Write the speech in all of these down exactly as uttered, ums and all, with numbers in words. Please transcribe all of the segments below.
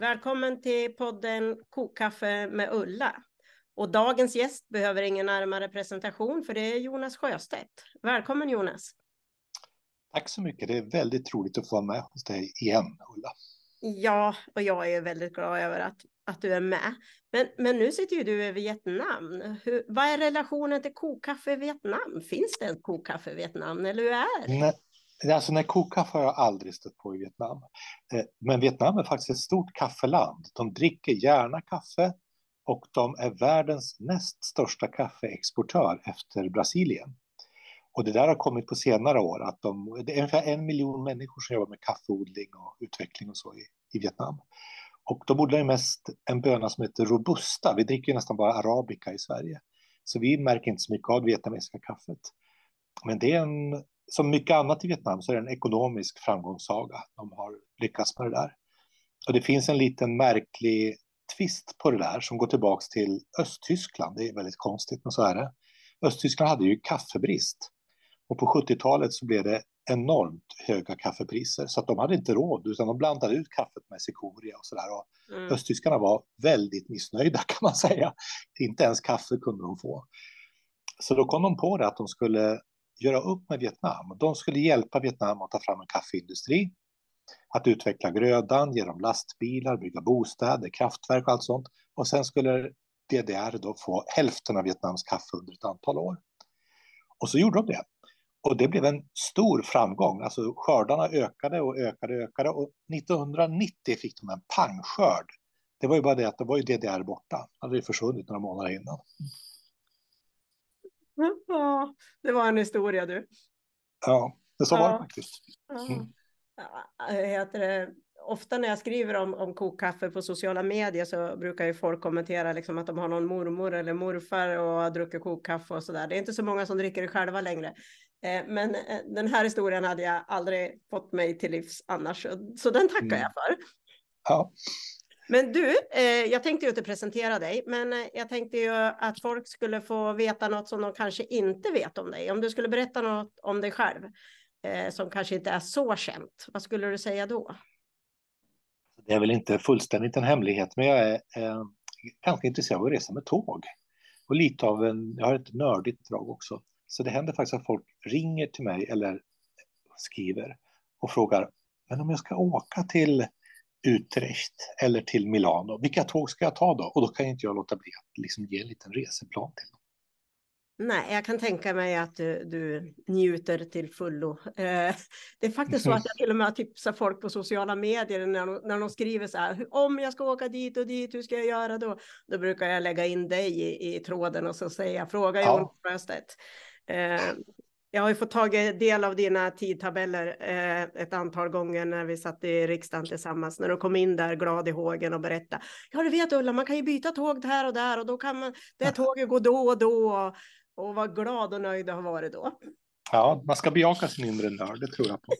Välkommen till podden Kokkaffe med Ulla. Och dagens gäst behöver ingen närmare presentation för det är Jonas Sjöstedt. Välkommen Jonas. Tack så mycket, det är väldigt roligt att få vara med hos dig igen Ulla. Ja, och jag är väldigt glad över att, att du är med. Men, men nu sitter ju du i Vietnam. Hur, vad är relationen till kokkaffe i Vietnam? Finns det en kokkaffe i Vietnam eller hur är det? Nej, alltså när kokkaffe har jag aldrig stött på i Vietnam. Men Vietnam är faktiskt ett stort kaffeland. De dricker gärna kaffe och de är världens näst största kaffeexportör efter Brasilien. Och det där har kommit på senare år. Att de, det är ungefär en miljon människor som jobbar med kaffeodling och utveckling och så i, i Vietnam. Och de odlar ju mest en böna som heter robusta. Vi dricker ju nästan bara arabica i Sverige. Så vi märker inte så mycket av det vietnamesiska kaffet. Men det är en, som mycket annat i Vietnam så är det en ekonomisk framgångssaga. De har lyckats med det där. Och det finns en liten märklig twist på det där som går tillbaka till Östtyskland. Det är väldigt konstigt, men så är det. Östtyskland hade ju kaffebrist. Och på sjuttiotalet så blev det enormt höga kaffepriser. Så att de hade inte råd, utan de blandade ut kaffet med cikoria och sådär. Och mm. Östtyskarna var väldigt missnöjda kan man säga. Inte ens kaffe kunde de få. Så då kom de på det att de skulle göra upp med Vietnam. De skulle hjälpa Vietnam att ta fram en kaffeindustri. Att utveckla grödan, ge dem lastbilar, bygga bostäder, kraftverk och allt sånt. Och sen skulle D D R då få hälften av Vietnams kaffe under ett antal år. Och så gjorde de det. Och det blev en stor framgång. Alltså skördarna ökade och ökade och ökade. Och nittonhundranittio fick de en pangskörd. Det var ju bara det att det var ju D D R borta. Det hade ju försvunnit några månader innan. Ja, det var en historia du. Ja, det så ja. var det faktiskt. Mm. Ja, heter det. Ofta när jag skriver om, om kokkaffe på sociala medier så brukar ju folk kommentera liksom att de har någon mormor eller morfar och har druckit kokkaffe och sådär. Det är inte så många som dricker det själva längre. Eh, men eh, den här historien hade jag aldrig fått mig till livs annars. Så den tackar mm. jag för. Ja. Men du, eh, jag tänkte ju inte presentera dig, men eh, jag tänkte ju att folk skulle få veta något som de kanske inte vet om dig. Om du skulle berätta något om dig själv eh, som kanske inte är så känt, vad skulle du säga då? Det är väl inte fullständigt en hemlighet, men jag är eh, ganska intresserad av att resa med tåg. Och lite av en, jag har ett nördigt drag också. Så det händer faktiskt att folk ringer till mig eller skriver och frågar, men om jag ska åka till Utrecht eller till Milano, vilka tåg ska jag ta då? Och då kan inte jag låta bli att liksom ge en liten reseplan till dem. Nej, jag kan tänka mig att du, du njuter till fullo. Eh, det är faktiskt så att jag till och med tipsar folk på sociala medier när de, när de skriver så här, om jag ska åka dit och dit, hur ska jag göra då? Då brukar jag lägga in dig i, i tråden och så säga, fråga Ja. Jonas Sjöstedt. Eh, jag har ju fått tagit del av dina tidtabeller eh, ett antal gånger när vi satt i riksdagen tillsammans. När du kom in där glad i hågen och berättade. Ja, du vet Ulla, man kan ju byta tåg här och där och då kan man, det tåget gå då och då. Och, och vad glad och nöjd har varit då. Ja, man ska bejaka sin inre nörd, det tror jag på.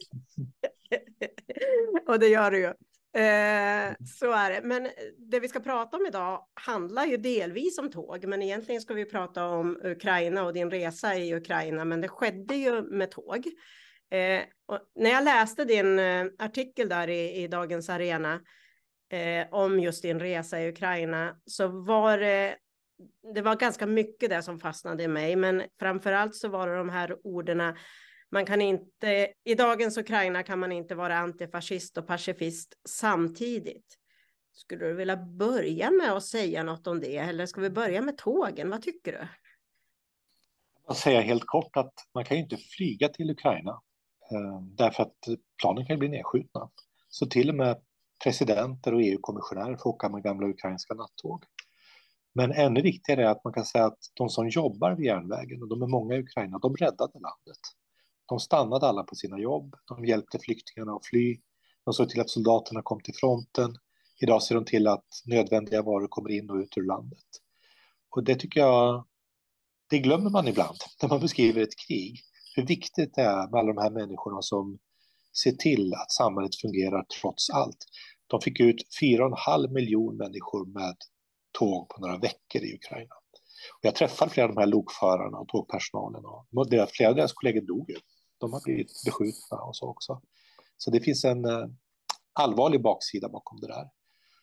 Och det gör du ju. Eh, så är det. Men det vi ska prata om idag handlar ju delvis om tåg. Men egentligen ska vi prata om Ukraina och din resa i Ukraina. Men det skedde ju med tåg. Eh, och när jag läste din eh, artikel där i, i Dagens Arena eh, om just din resa i Ukraina så var det Det var ganska mycket där som fastnade i mig, men framförallt så var det de här orden. Man kan inte, i dagens Ukraina kan man inte vara antifascist och pacifist samtidigt. Skulle du vilja börja med att säga något om det, eller ska vi börja med tågen? Vad tycker du? Jag säger helt kort att man kan ju inte flyga till Ukraina eh, därför att planen kan bli nedskjutna. Så till och med presidenter och E U-kommissionärer får åka med gamla ukrainska nattåg. Men ännu viktigare är att man kan säga att de som jobbar vid järnvägen, och de är många i Ukraina, de räddade landet. De stannade alla på sina jobb, de hjälpte flyktingarna att fly, de såg till att soldaterna kom till fronten. Idag ser de till att nödvändiga varor kommer in och ut ur landet. Och det tycker jag, det glömmer man ibland när man beskriver ett krig. Hur viktigt det är med alla de här människorna som ser till att samhället fungerar trots allt. De fick ut fyra och en halv miljon människor med tåg på några veckor i Ukraina. Och jag träffade flera av de här lokförarna och tågpersonalen. Och deras, flera av deras kollegor dog ju. De har blivit beskjutna och så också. Så det finns en eh, allvarlig baksida bakom det där.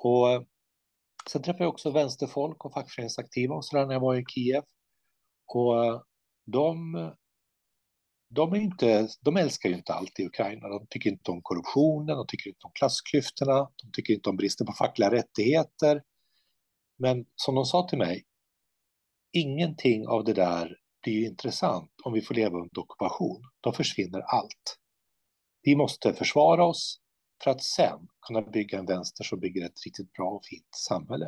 Och sen träffade jag också vänsterfolk och fackföreningsaktiva och sådär när jag var i Kiev. Och de, de, är inte, de älskar ju inte allt i Ukraina. De tycker inte om korruptionen, de tycker inte om klassklyftorna, de tycker inte om bristen på fackliga rättigheter. Men som de sa till mig, ingenting av det där blir ju intressant om vi får leva under ockupation. Då försvinner allt. Vi måste försvara oss för att sen kunna bygga en vänster som bygger ett riktigt bra och fint samhälle.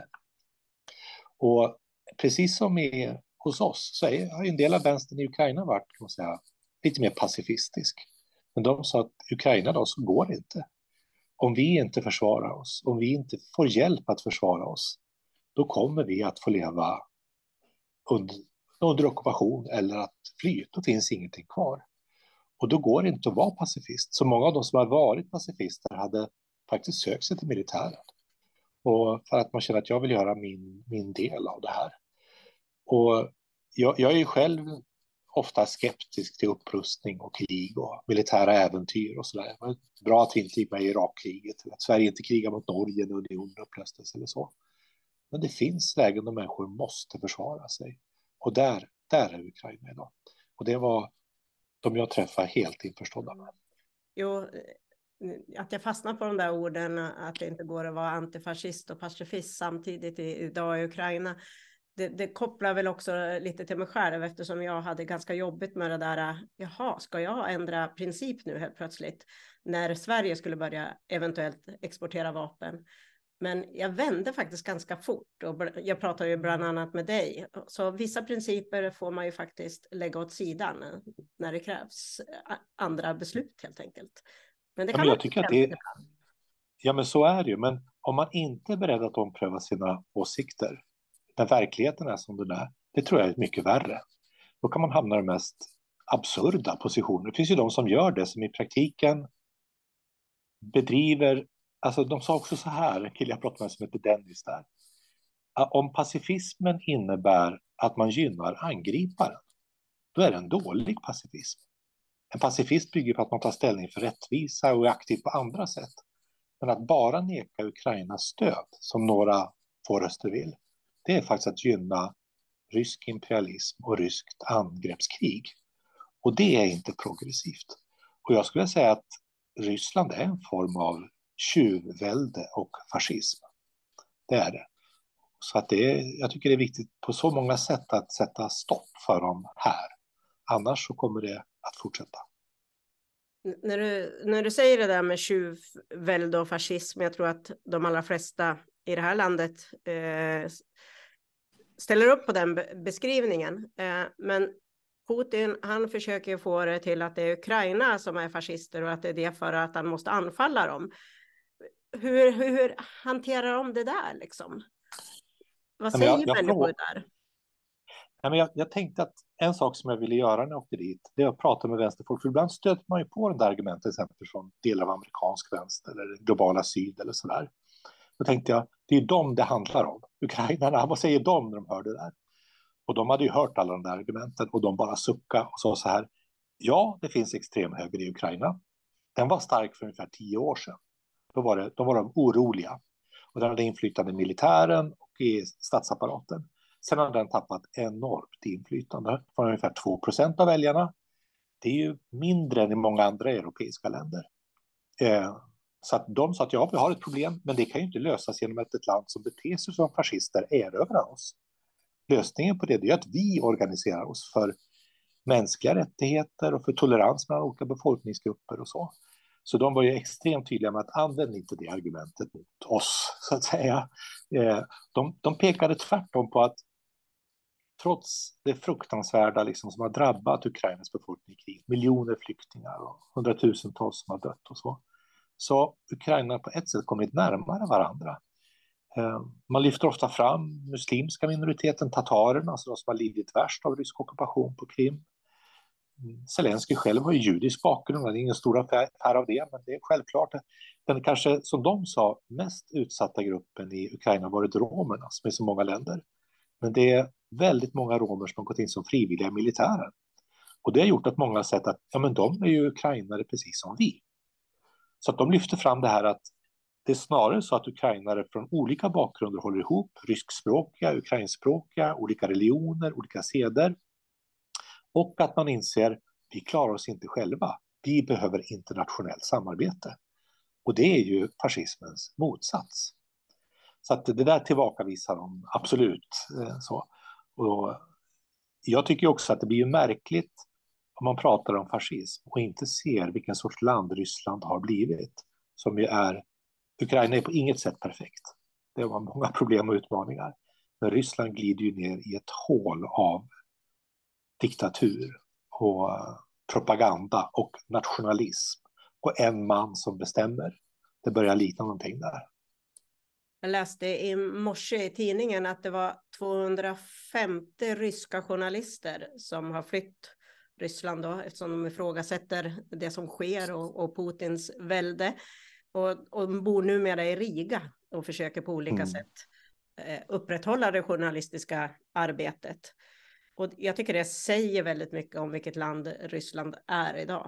Och precis som i, hos oss så är, har en del av vänstern i Ukraina varit, kan man säga, lite mer pacifistisk. Men de sa att Ukraina då så går det inte. Om vi inte försvarar oss, om vi inte får hjälp att försvara oss, då kommer vi att få leva under, under ockupation eller att fly. Då finns ingenting kvar. Och då går det inte att vara pacifist. Så många av de som har varit pacifister hade faktiskt sökt sig till militären. Och för att man känner att jag vill göra min, min del av det här. Och jag, jag är ju själv ofta skeptisk till upprustning och krig och militära äventyr och sådär. Det var bra att vi inte gick med i Irakkriget, att Sverige inte krigar mot Norge när unionen upplöstes eller så. Men det finns lägen då människor måste försvara sig. Och där, där är Ukraina idag. Och det var de jag träffar helt införstådda med. Jo, att jag fastnar på de där orden, att det inte går att vara antifascist och pacifist samtidigt idag i Ukraina. Det, det kopplar väl också lite till mig själv, eftersom jag hade ganska jobbigt med det där. Jaha, ska jag ändra princip nu helt plötsligt när Sverige skulle börja eventuellt exportera vapen? Men jag vände faktiskt ganska fort och jag pratar ju bland annat med dig. Så vissa principer får man ju faktiskt lägga åt sidan när det krävs andra beslut helt enkelt. Men det kan ja, men jag man tycker att det är... Ja, men så är det ju. Men om man inte är beredd att ompröva sina åsikter när verkligheten är som den är, det tror jag är mycket värre. Då kan man hamna i de mest absurda positioner. Det finns ju de som gör det, som i praktiken bedriver... Alltså de sa också så här, en kille jag pratade med som heter Dennis där. Om pacifismen innebär att man gynnar angriparen, då är det en dålig pacifism. En pacifist bygger på att man tar ställning för rättvisa och är aktiv på andra sätt. Men att bara neka Ukrainas stöd, som några få röster vill, det är faktiskt att gynna rysk imperialism och ryskt angreppskrig. Och det är inte progressivt. Och jag skulle säga att Ryssland är en form av tjuvvälde och fascism. Det är det. Så att det är, jag tycker det är viktigt på så många sätt att sätta stopp för dem här. Annars så kommer det att fortsätta. När du, när du säger det där med tjuvvälde och fascism, jag tror att de allra flesta i det här landet eh, ställer upp på den beskrivningen. Eh, men Putin, han försöker få det till att det är Ukraina som är fascister och att det är det för att han måste anfalla dem. Hur, hur hanterar de det där liksom? Vad säger jag, jag människor frågar, där? nej, men jag, jag tänkte att en sak som jag ville göra när jag åkte dit, det är att prata med vänsterfolk. För ibland stöter man ju på den där argumentet, till exempel från delar av amerikansk vänster eller globala syd eller sådär. Då tänkte jag, det är dem det handlar om. Ukrainarna, vad säger de när de hör det där? Och de hade ju hört alla de där argumenten och de bara suckade och sa så här. Ja, det finns extremhöger i Ukraina. Den var stark för ungefär tio år sedan. Då var, det, då var de oroliga. Och den hade inflytande i militären och i statsapparaten. Sen har den tappat enormt inflytande. Från ungefär två procent av väljarna. Det är ju mindre än i många andra europeiska länder. Eh, så att de sa att ja, vi har ett problem, men det kan ju inte lösas genom att ett land som beter sig som fascister erövrar oss. Lösningen på det är att vi organiserar oss för mänskliga rättigheter och för tolerans mellan olika befolkningsgrupper och så. Så de var ju extremt tydliga med att använda inte det argumentet mot oss, så att säga. De, de pekade tvärtom på att trots det fruktansvärda liksom, som har drabbat Ukrainas befolkning i krig, miljoner flyktingar och hundratusentals som har dött och så, så Ukraina på ett sätt kommit närmare varandra. Man lyfter ofta fram muslimska minoriteten, tatarerna, alltså de som har lidit värst av rysk ockupation på Krim. Zelensky själv har ju judisk bakgrund, det är ingen stor affär av det, men det är självklart att den kanske, som de sa, mest utsatta gruppen i Ukraina varit romerna, som är så många länder. Men det är väldigt många romer som har gått in som frivilliga militärer. Och det har gjort att många har sett att ja, men de är ju ukrainare precis som vi. Så att de lyfter fram det här att Det är snarare så att ukrainare från olika bakgrunder håller ihop, ryskspråkiga, ukrainspråkiga, olika religioner, olika seder. Och att man inser, vi klarar oss inte själva. Vi behöver internationellt samarbete. Och det är ju fascismens motsats. Så att det där tillbakavisar de absolut. Så. Och jag tycker också att det blir ju märkligt om man pratar om fascism och inte ser vilken sorts land Ryssland har blivit. Som ju är, Ukraina är på inget sätt perfekt. Det har många problem och utmaningar. Men Ryssland glider ju ner i ett hål av diktatur och propaganda och nationalism. Och en man som bestämmer. Det börjar likna någonting där. Jag läste i morse i tidningen att det var tvåhundrafemtio ryska journalister som har flytt Ryssland då, eftersom de ifrågasätter det som sker och, och Putins välde. Och, och bor numera i Riga och försöker på olika mm. sätt eh, upprätthålla det journalistiska arbetet. Och jag tycker det säger väldigt mycket om vilket land Ryssland är idag.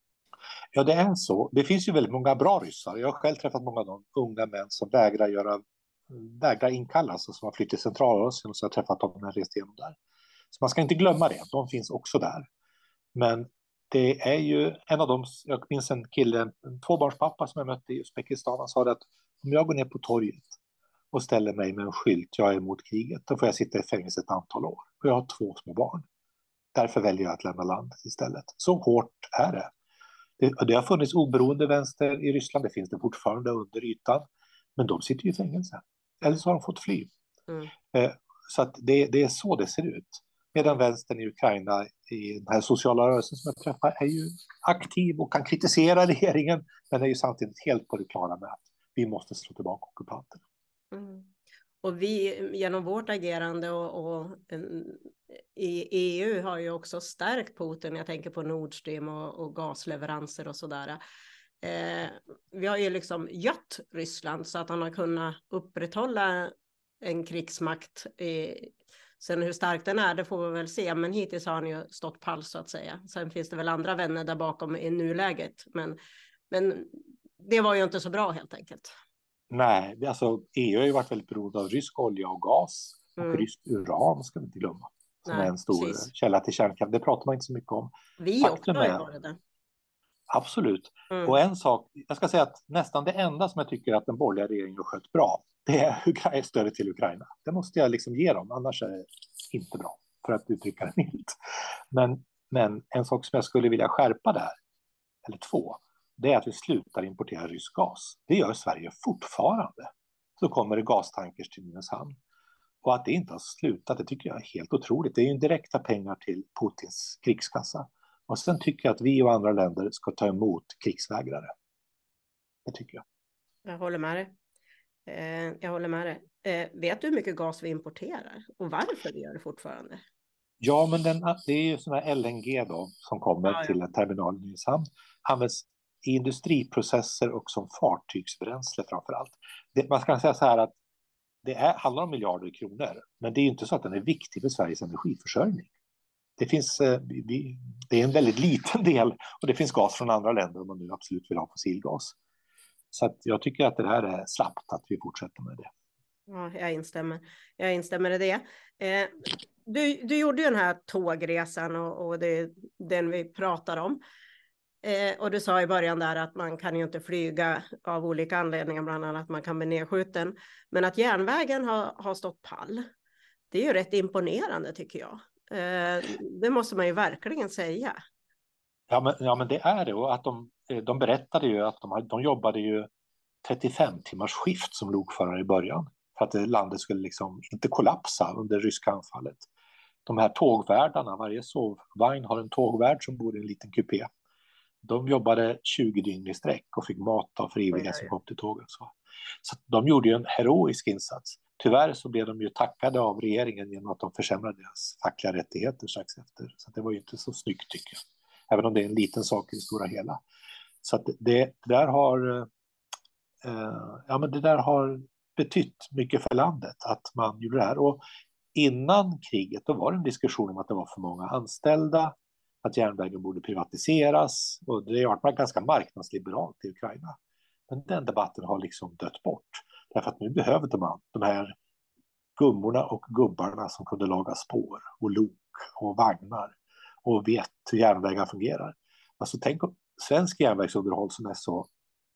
Ja, det är så. Det finns ju väldigt många bra ryssar. Jag har själv träffat många av de unga män som vägrar göra, vägrar inkallas och som har flyttat till Centralasien och så har jag träffat dem när jag rest igenom där. Så man ska inte glömma det. De finns också där. Men det är ju en av dem, jag minns en kille, en tvåbarnspappa som jag mötte i Uzbekistan, han sa att om jag går ner på torget och ställer mig med en skylt, jag är emot kriget, då får jag sitta i fängelse ett antal år. Och jag har två små barn. Därför väljer jag att lämna landet istället. Så hårt är det. Det, det har funnits oberoende vänster i Ryssland, det finns det fortfarande under ytan, men de sitter ju i fängelse. Eller så har de fått fly. Mm. Eh, så att det, det är så det ser ut. Medan vänstern i Ukraina, i den här sociala rörelsen som jag träffar, är ju aktiv och kan kritisera regeringen, men är ju samtidigt helt på det klara med att vi måste slå tillbaka ockupanterna. Mm. Och vi genom vårt agerande och, och en, i E U har ju också stärkt Putin. Jag tänker på Nord Stream och, och gasleveranser och sådär. Eh, vi har ju liksom gött Ryssland så att han har kunnat upprätthålla en krigsmakt. I, sen hur stark den är, det får vi väl se. Men hittills har han ju stått pall så att säga. Sen finns det väl andra vänner där bakom i nuläget. Men, men det var ju inte så bra helt enkelt. Nej, alltså E U har ju varit väldigt beroende av rysk olja och gas och mm. rysk uran ska vi inte glömma. Som Nej, är en stor precis. källa till kärnkraft. Det pratar man inte så mycket om. Vi Faktum också har det. Absolut. Mm. Och en sak, jag ska säga att nästan det enda som jag tycker att den borgerliga regeringen har skött bra, det är stödet till Ukraina. Det måste jag liksom ge dem, annars är det inte bra, för att uttrycka det milt. Men, men en sak som jag skulle vilja skärpa där, eller två, det är att vi slutar importera rysk gas. Det gör Sverige fortfarande. Så kommer det gastankers till Nynäshamn. Och att det inte har slutat, det tycker jag är helt otroligt. Det är ju direkta pengar till Putins krigskassa. Och sen tycker jag att vi och andra länder ska ta emot krigsvägrare. Det tycker jag. Jag håller med dig. Eh, jag håller med dig. Eh, vet du hur mycket gas vi importerar? Och varför vi gör det fortfarande? Ja, men den, det är ju sådana här L N G då, som kommer ja, ja. till en terminal i Nynäshamn. Används i industriprocesser och som fartygsbränsle framför allt. Det, man ska säga så här att det är, handlar om miljarder kronor, men det är ju inte så att den är viktig för Sveriges energiförsörjning. Det finns, vi, det är en väldigt liten del och det finns gas från andra länder om man nu absolut vill ha fossilgas. Så att jag tycker att det här är slappt att vi fortsätter med det. Ja, jag instämmer. Jag instämmer i det. Eh, du, du gjorde ju den här tågresan och, och det är den vi pratar om. Eh, och du sa i början där att man kan ju inte flyga av olika anledningar, bland annat att man kan bli nedskjuten. Men att järnvägen har, har stått pall, det är ju rätt imponerande tycker jag. Eh, det måste man ju verkligen säga. Ja men, ja, men det är det. Och att de, de berättade ju att de, de jobbade ju trettiofem timmars skift som lokförare i början. För att landet skulle liksom inte kollapsa under ryska anfallet. De här tågvärdarna, varje sovvagn har en tågvärd som bor i en liten kupé. De jobbade tjugo dygn i sträck och fick mat av frivilliga som kom till tåget. Så, så de gjorde ju en heroisk insats. Tyvärr så blev de ju tackade av regeringen genom att de försämrade deras fackliga rättigheter strax efter. Så det var ju inte så snyggt tycker jag. Även om det är en liten sak i det stora hela. Så att det, det där har eh, ja, men det där har betytt mycket för landet att man gjorde det här. Och innan kriget då var det en diskussion om att det var för många anställda, att järnvägen borde privatiseras och det har varit ganska marknadsliberalt i Ukraina. Men den debatten har liksom dött bort. Därför att nu behövde man de här gummorna och gubbarna som kunde laga spår och lok och vagnar och vet hur järnvägar fungerar. Alltså tänk om svensk järnvägsunderhåll som är så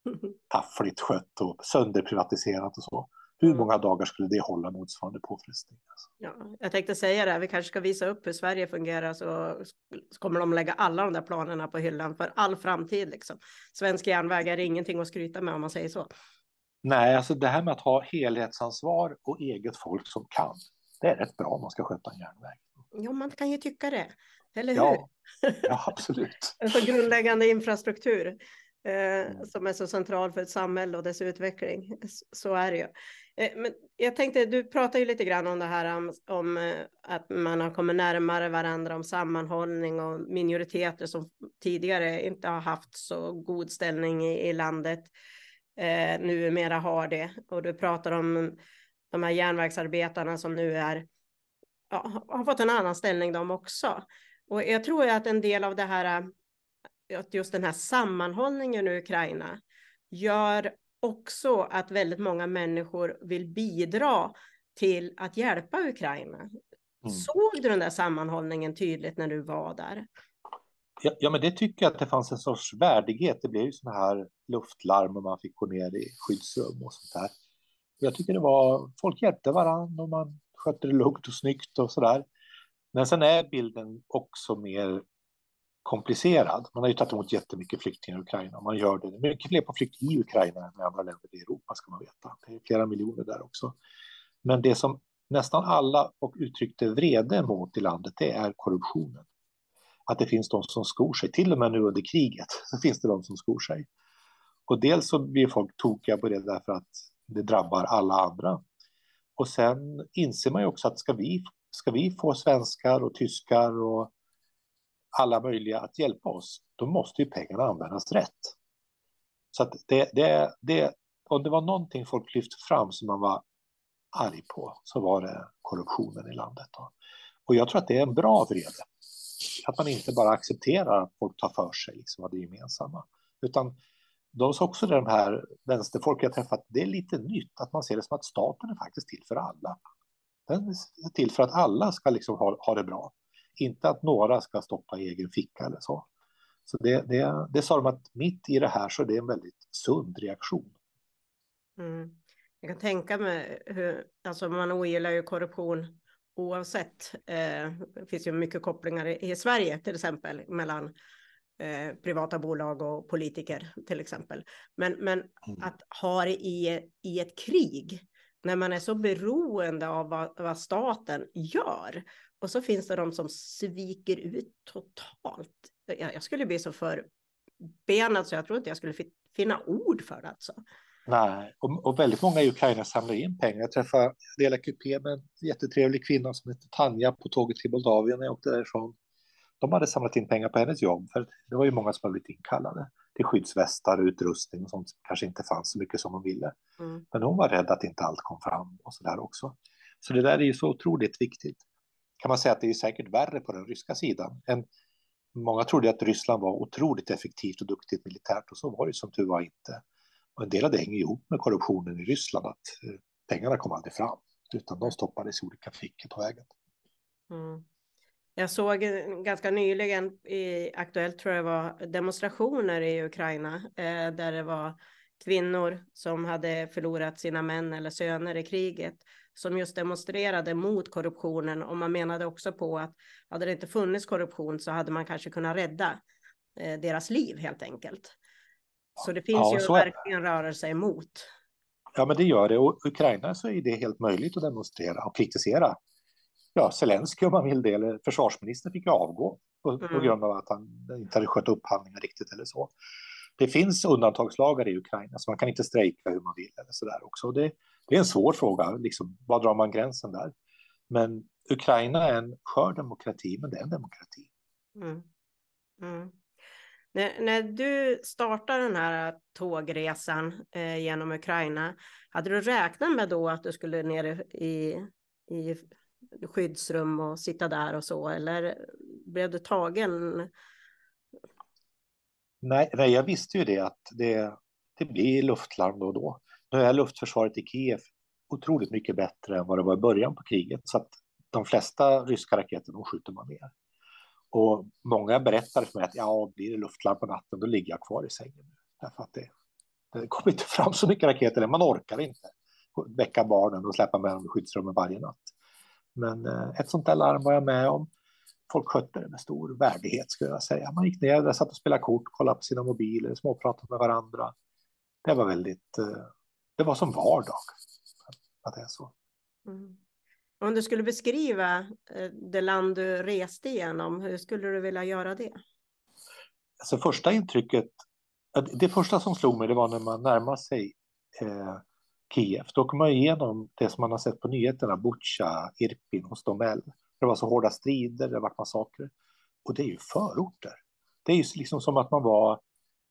taffligt skött och sönderprivatiserat och så. Hur många dagar skulle det hålla motsvarande påfrestning? Alltså? Ja, jag tänkte säga det, vi kanske ska visa upp hur Sverige fungerar, så kommer de lägga alla de där planerna på hyllan för all framtid. Liksom. Svensk järnväg är ingenting att skryta med om man säger så. Nej, alltså det här med att ha helhetsansvar och eget folk som kan, det är rätt bra om man ska sköta en järnväg. Ja, man kan ju tycka det, eller hur? Ja, ja absolut. En så grundläggande infrastruktur eh, som är så central för ett samhälle och dess utveckling. Så är det ju. Eh, men jag tänkte, du pratar ju lite grann om det här om, om eh, att man har kommit närmare varandra, om sammanhållning och minoriteter som tidigare inte har haft så god ställning i, i landet. Eh, numera har det. Och du pratar om de här järnvägsarbetarna som nu är, ja, har fått en annan ställning de också. Och jag tror att en del av det här, att just den här sammanhållningen i Ukraina gör också att väldigt många människor vill bidra till att hjälpa Ukraina. Mm. Såg du den där sammanhållningen tydligt när du var där? Ja, ja, men det tycker jag att det fanns en sorts värdighet. Det blev ju såna här luftlarm och man fick gå ner i skyddsrum och sånt där. Jag tycker det var, folk hjälpte varandra och man skötte det lugnt och snyggt och sådär. Men sen är bilden också mer komplicerad. Man har ju tagit emot jättemycket flyktingar i Ukraina. Man gör det mycket fler på flykt i Ukraina än i andra länder i Europa, ska man veta. Det är flera miljoner där också. Men det som nästan alla och uttryckte vrede mot i landet, det är korruptionen. Att det finns de som skor sig. Till och med nu under kriget så finns det de som skor sig. Och dels så blir folk tokiga på det därför att det drabbar alla andra. Och sen inser man ju också att ska vi, ska vi få svenskar och tyskar och alla möjliga att hjälpa oss, då måste ju pengarna användas rätt. Så att det, det, det, om det var någonting folk lyfte fram som man var arg på, så var det korruptionen i landet. Då. Och jag tror att det är en bra vrede. Att man inte bara accepterar att folk tar för sig liksom, av det gemensamma. Utan de sa också det, de här vänsterfolk jag träffat, det är lite nytt att man ser det som att staten är faktiskt till för alla. Den är till för att alla ska liksom ha, ha det bra. Inte att några ska stoppa i egen ficka eller så. Så det, det, det sa de att mitt i det här så är det en väldigt sund reaktion. Mm. Jag kan tänka mig hur, alltså man ogillar ju korruption oavsett. Eh, det finns ju mycket kopplingar i, i Sverige till exempel mellan eh, privata bolag och politiker till exempel. Men, men mm. att ha det i, i ett krig när man är så beroende av vad, vad staten gör. Och så finns det de som sviker ut totalt. Jag, jag skulle bli så förbenad så jag tror inte jag skulle finna ord för det. Alltså. Nej, och, och väldigt många i Ukraina samlar in pengar. Jag träffade Dela Kupé med en jättetrevlig kvinna som heter Tanja på tåget till Moldavien när jag åkte därifrån. De hade samlat in pengar på hennes jobb, för det var ju många som hade blivit inkallade till skyddsvästar, utrustning och sånt som kanske inte fanns så mycket som de ville. Mm. Men hon var rädd att inte allt kom fram och så där också. Så det där är ju så otroligt viktigt. Kan man säga att det är säkert värre på den ryska sidan. En, många trodde att Ryssland var otroligt effektivt och duktigt militärt och så var det som tur var inte. Och en del av det hänger ihop med korruptionen i Ryssland, att eh, pengarna kom aldrig fram utan de stoppades i olika fickor på vägen. Mm. Jag såg ganska nyligen i Aktuellt tror jag var demonstrationer i Ukraina eh, där det var kvinnor som hade förlorat sina män eller söner i kriget som just demonstrerade mot korruptionen, och man menade också på att hade det inte funnits korruption så hade man kanske kunnat rädda eh, deras liv helt enkelt. Så det finns ja, ju verkligen rörelse emot. Ja, men det gör det, och Ukraina så är det helt möjligt att demonstrera och kritisera. Ja, Zelenskyj om man vill det, eller försvarsministern fick avgå på, mm. på grund av att han inte hade skött upphandlingar riktigt eller så. Det finns undantagslagar i Ukraina så man kan inte strejka hur man vill eller så där också. Det, det är en svår fråga, liksom, var drar man gränsen där? Men Ukraina är en skör demokrati, men det är en demokrati. Mm. Mm. När, när du startade den här tågresan eh, genom Ukraina, hade du räknat med då att du skulle ner i, i skyddsrum och sitta där och så, eller blev du tagen? Nej, nej, jag visste ju det att det, det blir luftlarm då och då. Nu är luftförsvaret i Kiev otroligt mycket bättre än vad det var i början på kriget. Så att de flesta ryska raketer, de skjuter man ner. Och många berättar för mig att ja, blir det luftlarm på natten, då ligger jag kvar i sängen. Därför att det, det kommer inte fram så mycket raketer, man orkar inte väcka barnen och släppa med dem i skyddsrummet varje natt. Men eh, ett sånt där larm var jag med om. Folk skötte det med stor värdighet, skulle jag säga. Man gick ner, där satt och spelade kort, kollade på sina mobiler, småpratade med varandra. Det var väldigt, eh, det var som vardag att det är så. Mm. Om du skulle beskriva eh, det land du reste igenom, hur skulle du vilja göra det? Alltså första intrycket, det första som slog mig, det var när man närmar sig eh, Kiev. Då kommer man igenom det som man har sett på nyheterna, Bucha, Irpin och Stomel. Det var så hårda strider, det var massakrer. Och det är ju förorter. Det är ju liksom som att man var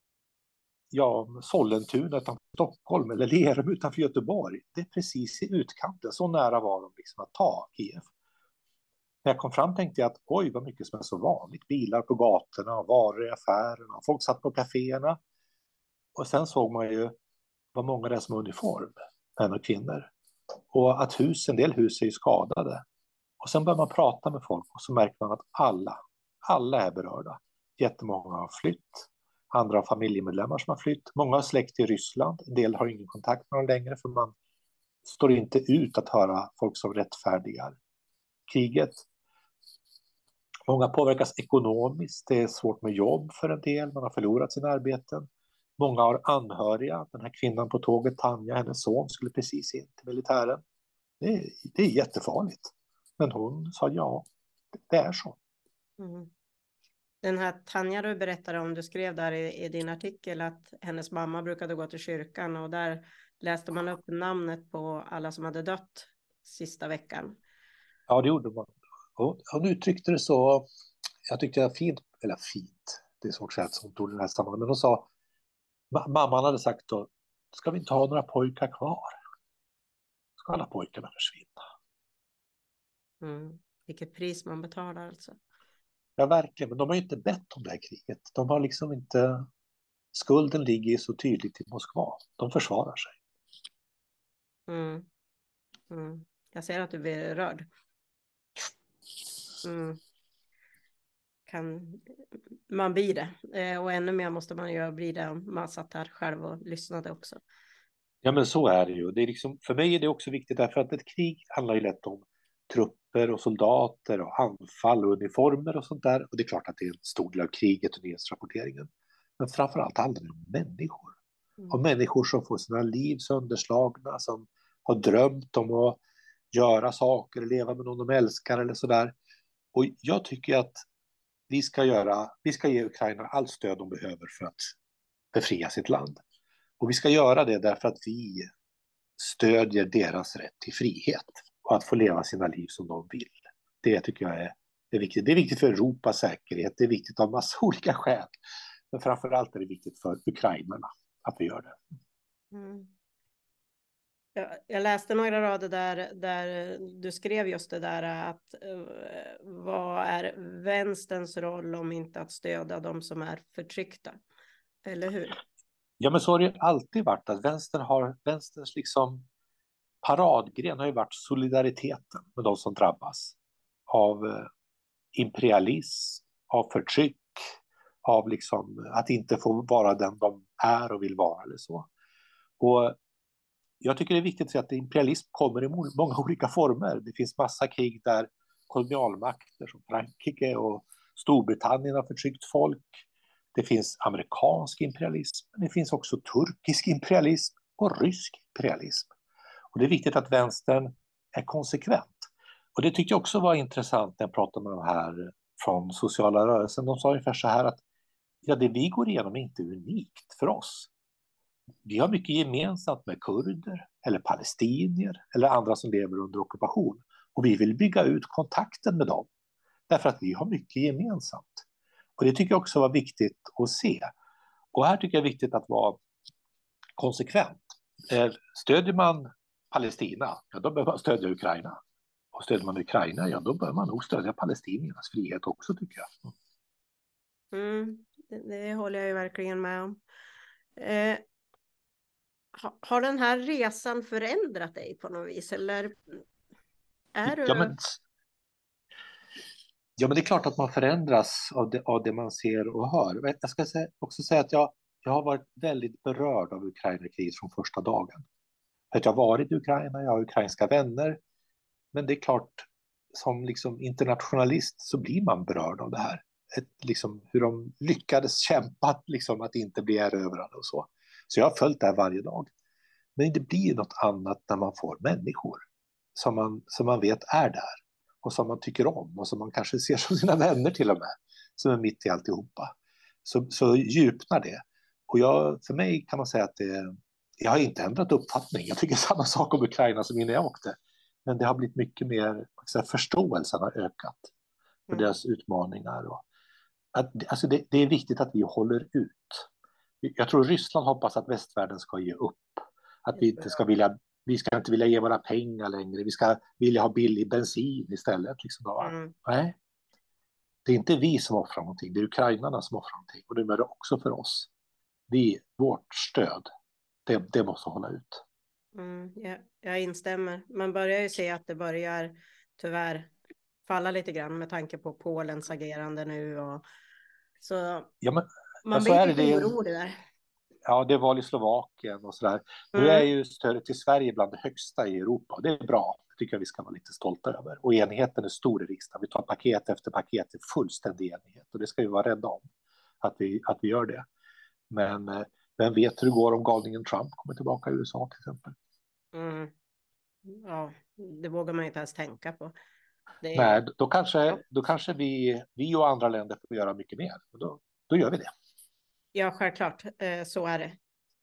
ja, Sollentuna utanför Stockholm eller Lerum utanför Göteborg. Det är precis i utkanten. Så nära var de liksom att ta Kiev. När jag kom fram tänkte jag att oj, vad mycket som är så vanligt. Bilar på gatorna, varor i affärerna, folk satt på kaféerna. Och sen såg man ju vad många det är som har uniform, män och kvinnor. Och att hus, en del hus är ju skadade. Och sen börjar man prata med folk och så märker man att alla, alla är berörda. Jättemånga har flytt. Andra har familjemedlemmar som har flytt. Många har släkt i Ryssland. En del har ingen kontakt med dem längre för man står inte ut att höra folk som rättfärdigar kriget. Många påverkas ekonomiskt. Det är svårt med jobb för en del. Man har förlorat sina arbeten. Många har anhöriga. Den här kvinnan på tåget, Tanja, hennes son, skulle precis in till militären. Det är, det är jättefarligt. Men hon sa ja, det är så. Mm. Den här Tanja du berättade om, du skrev där i, i din artikel att hennes mamma brukade gå till kyrkan och där läste man upp namnet på alla som hade dött sista veckan. Ja, det gjorde man. Och hon uttryckte det så, jag tyckte det var fint, eller fint, det är svårt att säga att hon tog det här sammanhanget, men hon sa, mamman hade sagt då, ska vi inte ha några pojkar kvar? Ska alla pojkarna försvinna? Mm. Vilket pris man betalar alltså. Ja, verkligen, men de har ju inte bett om det här kriget. De har liksom inte, skulden ligger ju så tydligt i Moskva. De försvarar sig. Mm. Mm. Jag ser att du blir rörd. Mm. Kan man bli det. Eh, och ännu mer måste man ju bli det om man satt här själv och lyssnade också. Ja, men så är det ju. Det är liksom, för mig är det också viktigt därför att ett krig handlar ju lätt om trupper och soldater och anfall och uniformer och sånt där. Och det är klart att det är en stor del av kriget och nyhetsrapporteringen. Men framförallt handlar det om människor. Mm. Om människor som får sina liv sönderslagna, som har drömt om att göra saker, leva med någon de älskar eller sådär. Och jag tycker att vi ska göra, vi ska ge Ukraina allt stöd de behöver för att befria sitt land. Och vi ska göra det därför att vi stödjer deras rätt till frihet och att få leva sina liv som de vill. Det tycker jag är, är viktigt. Det är viktigt för Europas säkerhet, det är viktigt av massa olika skäl. Men framförallt är det viktigt för ukrainarna att vi gör det. Mm. Jag, jag läste några rader där, där du skrev just det där att uh, vad är vänsterns roll om inte att stödja de som är förtryckta? Eller hur? Ja, men så har det alltid varit att vänstern har, vänsterns liksom paradgren har ju varit solidariteten med de som drabbas av eh, imperialism, av förtryck, av liksom att inte få vara den de är och vill vara eller så. Och jag tycker det är viktigt att säga att imperialism kommer i många olika former. Det finns massa krig där kolonialmakter som Frankrike och Storbritannien har förtryckt folk. Det finns amerikansk imperialism, men det finns också turkisk imperialism och rysk imperialism. Och det är viktigt att vänstern är konsekvent. Och det tyckte jag också var intressant när jag pratade med de här från sociala rörelsen. De sa ungefär så här att ja, det vi går igenom är inte unikt för oss. Vi har mycket gemensamt med kurder eller palestinier eller andra som lever under ockupation. Och vi vill bygga ut kontakten med dem därför att vi har mycket gemensamt. Och det tycker jag också var viktigt att se. Och här tycker jag det är viktigt att vara konsekvent. Stödjer man Palestina, ja då bör man stödja Ukraina. Och stödjer man Ukraina, ja då bör man nog stödja palestiniernas frihet också tycker jag. Mm, det, det håller jag ju verkligen med om. Eh, ha, har den här resan förändrat dig på något vis? Eller är du... Ja, men, ja, men det är klart att man förändras av det, av det man ser och hör. Men jag ska säga, också säga att jag, jag har varit väldigt berörd av Ukraina-kriget från första dagen. För att jag har varit i Ukraina, jag har ukrainska vänner. Men det är klart, som liksom internationalist så blir man berörd av det här. Ett, liksom, hur de lyckades kämpa liksom, att inte bli erövrade och så. Så jag har följt det här varje dag. Men det blir något annat när man får människor som man, som man vet är där och som man tycker om och som man kanske ser som sina vänner till och med, som är mitt i alltihopa. Så, så djupnar det. Och jag, för mig kan man säga att det, jag har inte ändrat uppfattning. Jag tycker samma sak om Ukraina som innan jag åkte. Men det har blivit mycket mer, säga, förståelsen har ökat för Mm. deras utmaningar. Och att, alltså det, det är viktigt att vi håller ut. Jag tror Ryssland hoppas att västvärlden ska ge upp. Att vi inte ska vilja, vi ska inte vilja ge våra pengar längre. Vi ska vilja ha billig bensin istället. Liksom då. Mm. Nej, det är inte vi som offrar någonting. Det är ukrainarna som offrar någonting. Och det är det också för oss. Vi, vårt stöd, det, det måste hålla ut. Mm, ja, jag instämmer. Man börjar ju se att det börjar tyvärr falla lite grann med tanke på Polens agerande nu. Och, så Ja, men, man så blir är lite det. orolig där. Ja, det är val i Slovakien och sådär. Mm. Nu är ju stödet till Sverige bland det högsta i Europa och det är bra. Det tycker jag vi ska vara lite stolta över. Och enigheten är stor i riksdagen. Vi tar paket efter paket i fullständig enighet och det ska vi vara rädda om. Att vi, att vi gör det. Men eh, vem vet hur det går om galningen Trump kommer tillbaka i U S A till exempel. Mm. Ja, det vågar man inte ens tänka på. Det är... Nej, då kanske, då kanske vi, vi och andra länder får göra mycket mer. Och då, då gör vi det. Ja, självklart. Eh, så är det.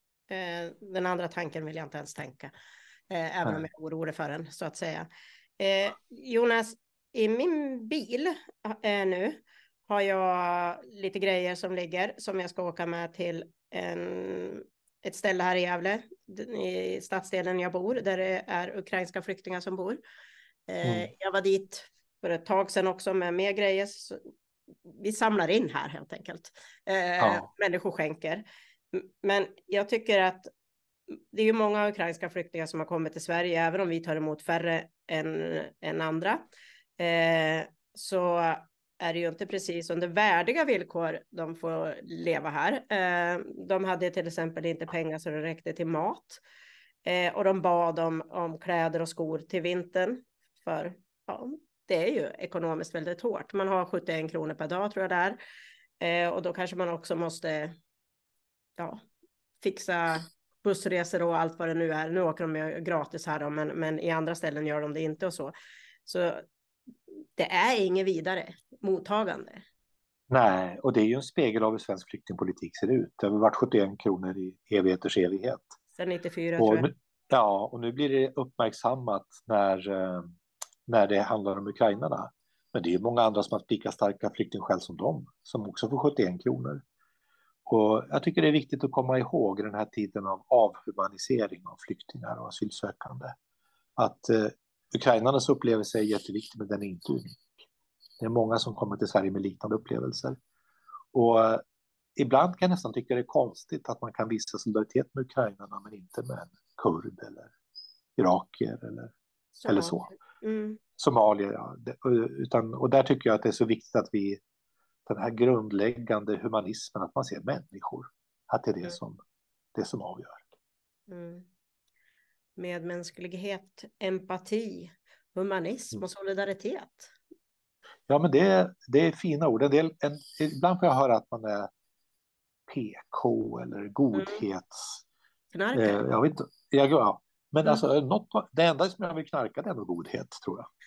Eh, den andra tanken vill jag inte ens tänka. Eh, även Nej. om jag är orolig för den, så att säga. Eh, Jonas, i min bil eh, nu har jag lite grejer som ligger som jag ska åka med till en, ett ställe här i Gävle, i stadsdelen jag bor, där det är ukrainska flyktingar som bor. Eh, Mm. Jag var dit för ett tag sedan också med mer grejer. Så vi samlar in här helt enkelt. Eh, Ja. Människor skänker. Men jag tycker att det är ju många ukrainska flyktingar som har kommit till Sverige, även om vi tar emot färre än, än andra. Eh, så är det ju inte precis under värdiga villkor de får leva här. Eh, de hade till exempel inte pengar så det räckte till mat. Eh, och de bad om, om kläder och skor till vintern. För ja, det är ju ekonomiskt väldigt hårt. Man har sjuttioen kronor per dag tror jag där. Eh, och då kanske man också måste ja, fixa bussresor och allt vad det nu är. Nu åker de ju gratis här då, men, men i andra ställen gör de det inte och så. Så det är inget vidare mottagande. Nej, och det är ju en spegel av hur svensk flyktingpolitik ser ut. Det har varit sjuttioen kronor i evigheters evighet. Sen nittiofyra Och tror jag. nu, ja, och nu blir det uppmärksammat när, eh, när det handlar om ukrainarna. Men det är ju många andra som har lika starka flyktingskäl som dem, som också får sjuttioen kronor. Och jag tycker det är viktigt att komma ihåg i den här tiden av avhumanisering av flyktingar och asylsökande. Att eh, ukrainarnas upplevelse är jätteviktig, men den är inte unik. Det är många som kommer till Sverige med liknande upplevelser. Och eh, ibland kan jag nästan tycka det är konstigt att man kan visa solidaritet med ukrainarna men inte med en kurd eller irakier eller, eller så. Mm. Somalier, ja. Det, utan, och där tycker jag att det är så viktigt att vi, den här grundläggande humanismen, att man ser människor, att det är det, Mm. som, det som avgör. Mm. Medmänsklighet, empati, humanism och solidaritet. Ja, men det, det är fina ord. En del, en, ibland får jag höra att man är P K eller godhets... Mm. Eh, jag vet inte. Jag, ja. Men Mm. alltså, något, det enda som jag vill knarka det är nog godhet, tror jag.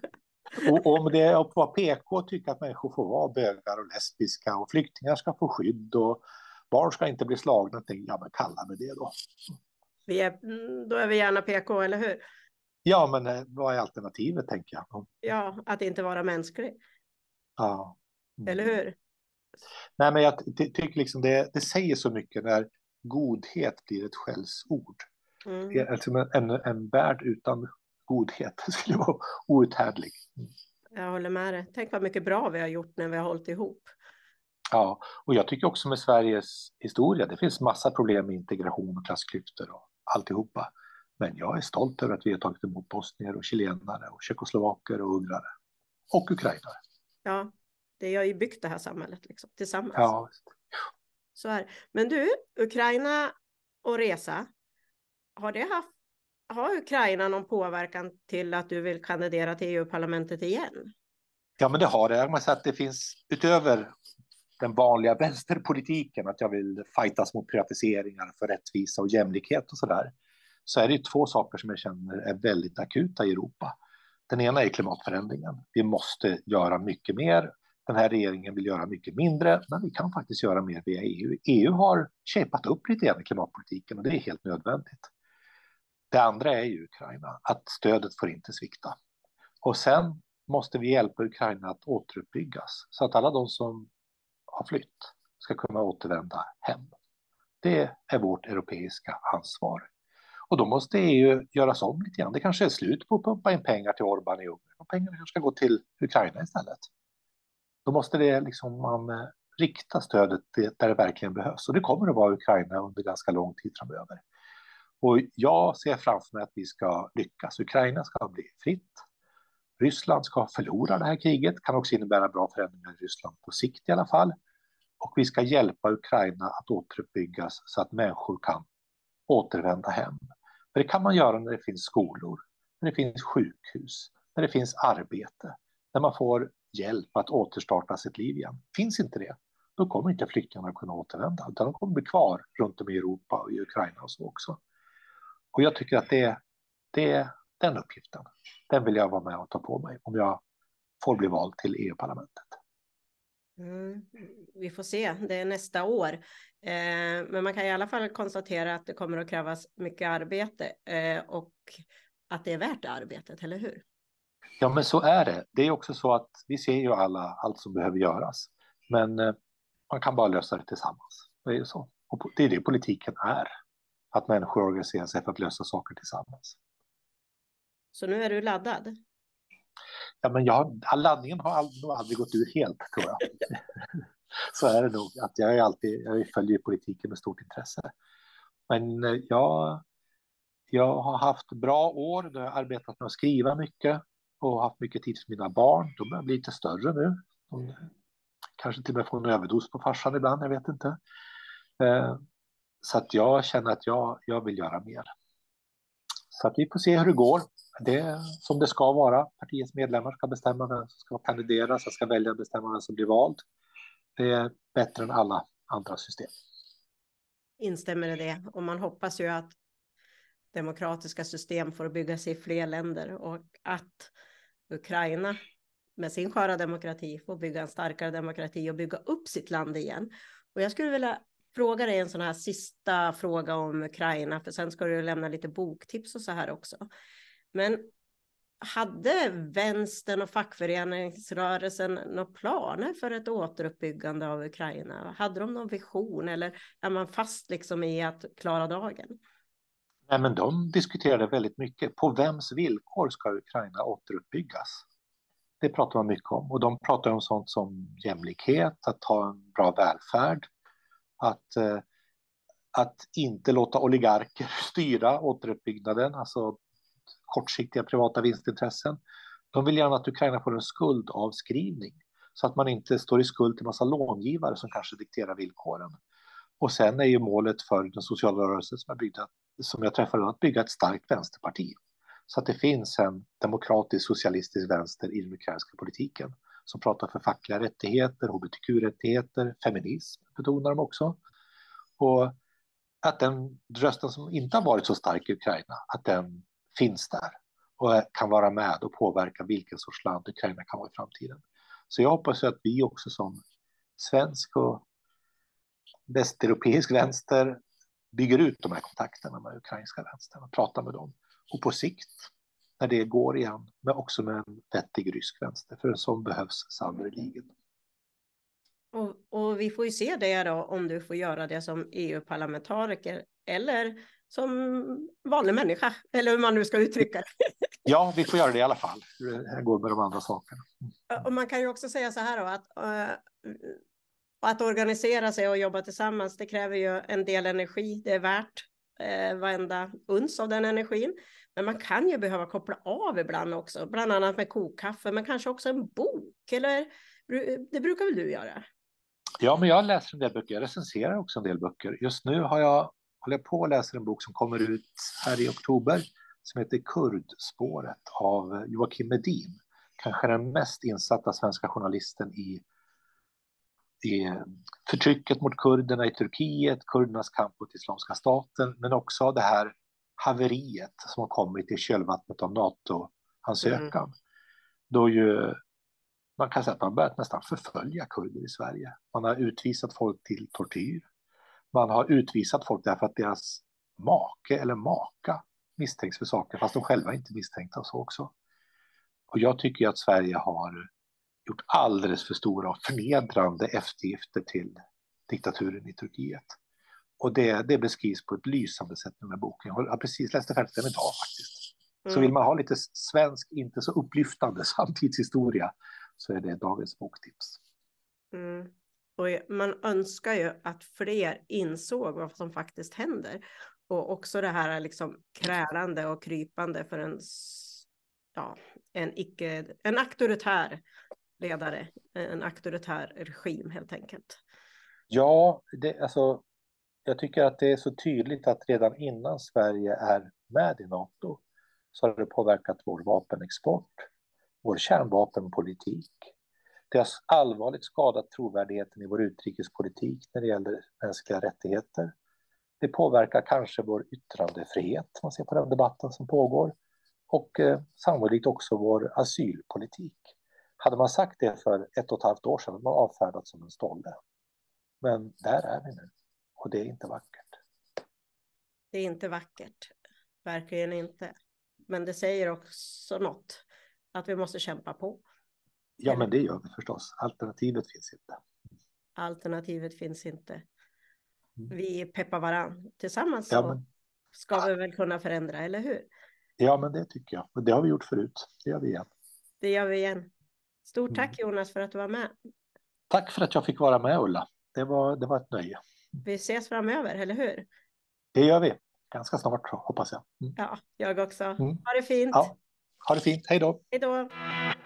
Och om det är att vara P K och tycka att människor får vara bögar och lesbiska och flyktingar ska få skydd och barn ska inte bli slagna, ja men kalla mig det då. Vi är, då är vi gärna P K, eller hur? Ja, men eh, vad är alternativet, tänker jag. Ja, att inte vara mänsklig. Ja. Mm. Eller hur? Nej, men jag ty tycker liksom det, det säger så mycket när godhet blir ett skällsord. Mm. Alltså en, en värld utan godhet skulle vara outhärdlig. Mm. Jag håller med dig. Tänk vad mycket bra vi har gjort när vi har hållit ihop. Ja, och jag tycker också med Sveriges historia, det finns massa problem med integration och klassklyftor och alltihopa. Men jag är stolt över att vi har tagit emot bosnier och chilenare och tjeckoslovaker och ungrare och ukrainare. Ja, det har ju byggt det här samhället liksom, tillsammans. Ja. Så här. Men du, Ukraina och resa, har det haft, har Ukraina någon påverkan till att du vill kandidera till E U-parlamentet igen? Ja, men det har det. Jag måste säga att det finns utöver den vanliga vänsterpolitiken, att jag vill fightas mot privatiseringar för rättvisa och jämlikhet och sådär, så är det två saker som jag känner är väldigt akuta i Europa. Den ena är klimatförändringen. Vi måste göra mycket mer. Den här regeringen vill göra mycket mindre, men vi kan faktiskt göra mer via E U. E U har shapat upp lite grann i klimatpolitiken och det är helt nödvändigt. Det andra är ju Ukraina, att stödet får inte svikta. Och sen måste vi hjälpa Ukraina att återuppbyggas så att alla de som har flytt ska kunna återvända hem. Det är vårt europeiska ansvar. Och då måste E U göras om lite grann. Det kanske är slut på att pumpa in pengar till Orbán i Ungern. Och pengarna kanske ska gå till Ukraina istället. Då måste det liksom man rikta stödet där det verkligen behövs. Och det kommer att vara Ukraina under ganska lång tid framöver. Och jag ser framför mig att vi ska lyckas. Ukraina ska bli fritt. Ryssland ska förlora det här kriget. Kan också innebära bra förändringar i Ryssland på sikt i alla fall. Och vi ska hjälpa Ukraina att återuppbyggas så att människor kan återvända hem. För det kan man göra när det finns skolor, när det finns sjukhus, när det finns arbete, när man får hjälp att återstarta sitt liv igen. Finns inte det, då kommer inte flyktingarna kunna återvända, utan de kommer bli kvar runt om i Europa och i Ukraina och så också. Och jag tycker att det, det, den uppgiften, den vill jag vara med och ta på mig om jag får bli vald till E U-parlamentet. Mm, vi får se, det är nästa år. Eh, men man kan i alla fall konstatera att det kommer att krävas mycket arbete eh, och att det är värt det arbetet, eller hur? Ja, men så är det. Det är också så att vi ser ju alla allt som behöver göras. Men eh, man kan bara lösa det tillsammans. Det är ju så. Och det är det politiken är. Att människor organiserar sig för att lösa saker tillsammans. Så nu är du laddad? Ja, men jag, laddningen har aldrig, nog aldrig gått ur helt, tror jag. Så är det nog. Att jag, är alltid, jag följer politiken med stort intresse. Men eh, jag, jag har haft bra år. Då har jag arbetat med att skriva mycket. Och haft mycket tid för mina barn. De börjar bli lite större nu. De kanske till och med får en överdos på farsan ibland, jag vet inte. Eh, så att jag känner att jag, jag vill göra mer. Så att vi får se hur det går. Det är som det ska vara. Partiets medlemmar ska bestämma vem som ska kandidera. Så ska välja bestämma vem som blir vald. Det är bättre än alla andra system. Instämmer i det. Och man hoppas ju att demokratiska system får byggas i fler länder och att Ukraina med sin sköra demokrati får bygga en starkare demokrati och bygga upp sitt land igen. Och jag skulle vilja fråga dig en sån här sista fråga om Ukraina, för sen ska du lämna lite boktips och så här också. Men hade vänstern och fackföreningsrörelsen några planer för ett återuppbyggande av Ukraina? Hade de någon vision eller är man fast liksom i att klara dagen? Nej, men de diskuterade väldigt mycket. På vems villkor ska Ukraina återuppbyggas? Det pratar man mycket om. Och de pratar om sånt som jämlikhet, att ha en bra välfärd, att, eh, att inte låta oligarker styra återuppbyggnaden, alltså kortsiktiga privata vinstintressen. De vill gärna att Ukraina får en skuldavskrivning så att man inte står i skuld till massa långivare som kanske dikterar villkoren. Och sen är ju målet för den sociala rörelsen som jag, byggde, som jag träffade att bygga ett starkt vänsterparti. Så att det finns en demokratisk socialistisk vänster i den ukrainska politiken som pratar för fackliga rättigheter, H B T Q-rättigheter, feminism betonar de också. Och att den rösten som inte har varit så stark i Ukraina, att den finns där och kan vara med och påverka vilken sorts land Ukraina kan vara i framtiden. Så jag hoppas att vi också som svensk och västeuropeisk vänster bygger ut de här kontakterna med ukrainska vänstern och pratar med dem. Och på sikt, när det går igen, men också med en vettig rysk vänster, för en sån behövs sannerligen. Och, och vi får ju se det då, om du får göra det som E U-parlamentariker eller som vanlig människa, eller hur man nu ska uttrycka det. Ja, vi får göra det i alla fall. Det går med de andra sakerna. Och man kan ju också säga så här då, att, uh, att organisera sig och jobba tillsammans, det kräver ju en del energi, det är värt eh, varenda uns av den energin. Men man kan ju behöva koppla av ibland också, bland annat med kokkaffe, men kanske också en bok, eller det brukar väl du göra? Ja, men jag läser en del böcker. Jag recenserar också en del böcker. Just nu har jag, håller jag på att läsa en bok som kommer ut här i oktober som heter Kurdspåret av Joakim Medin. Kanske den mest insatta svenska journalisten i, i förtrycket mot kurderna i Turkiet, kurdernas kamp mot Islamiska staten, men också det här haveriet som har kommit i kölvattnet av NATO-ansökan. Mm. Då ju man kan säga att man börjat nästan förfölja kurder i Sverige. Man har utvisat folk till tortyr. Man har utvisat folk därför att deras make eller maka misstänks för saker, fast de själva inte misstänkta och så också. Och jag tycker att Sverige har gjort alldeles för stora och förnedrande eftergifter till diktaturen i Turkiet. Och det, det beskrivs på ett lysande sätt i den här boken. Jag har precis läst det färdigt den idag faktiskt. Mm. Så vill man ha lite svensk, inte så upplyftande samtidshistoria, så är det dagens boktips. Mm. Och man önskar ju att fler insåg vad som faktiskt händer. Och också det här liksom krälande och krypande för en, ja, en, icke, en auktoritär ledare, en auktoritär regim helt enkelt. Ja, det, alltså, jag tycker att det är så tydligt att redan innan Sverige är med i NATO så har det påverkat vår vapenexport, vår kärnvapenpolitik. Det har allvarligt skadat trovärdigheten i vår utrikespolitik när det gäller mänskliga rättigheter. Det påverkar kanske vår yttrandefrihet, man ser på den debatten som pågår, och eh, sannolikt också vår asylpolitik. Hade man sagt det för ett och ett halvt år sedan hade man avfärdat som en stolle. Men där är vi nu, och det är inte vackert. Det är inte vackert, verkligen inte. Men det säger också något, att vi måste kämpa på. Ja, men det gör vi förstås. Alternativet finns inte. Alternativet finns inte. Vi peppar varann. Tillsammans ja, så men... ska vi väl kunna förändra, eller hur? Ja, men det tycker jag. Och det har vi gjort förut. Det gör vi igen. Det gör vi igen. Stort tack mm. Jonas för att du var med. Tack för att jag fick vara med, Ulla. Det var, det var ett nöje. Vi ses framöver, eller hur? Det gör vi. Ganska snart, hoppas jag. Mm. Ja, jag också. Mm. Ha det fint. Ja, ha det fint. Hej då. Hej då.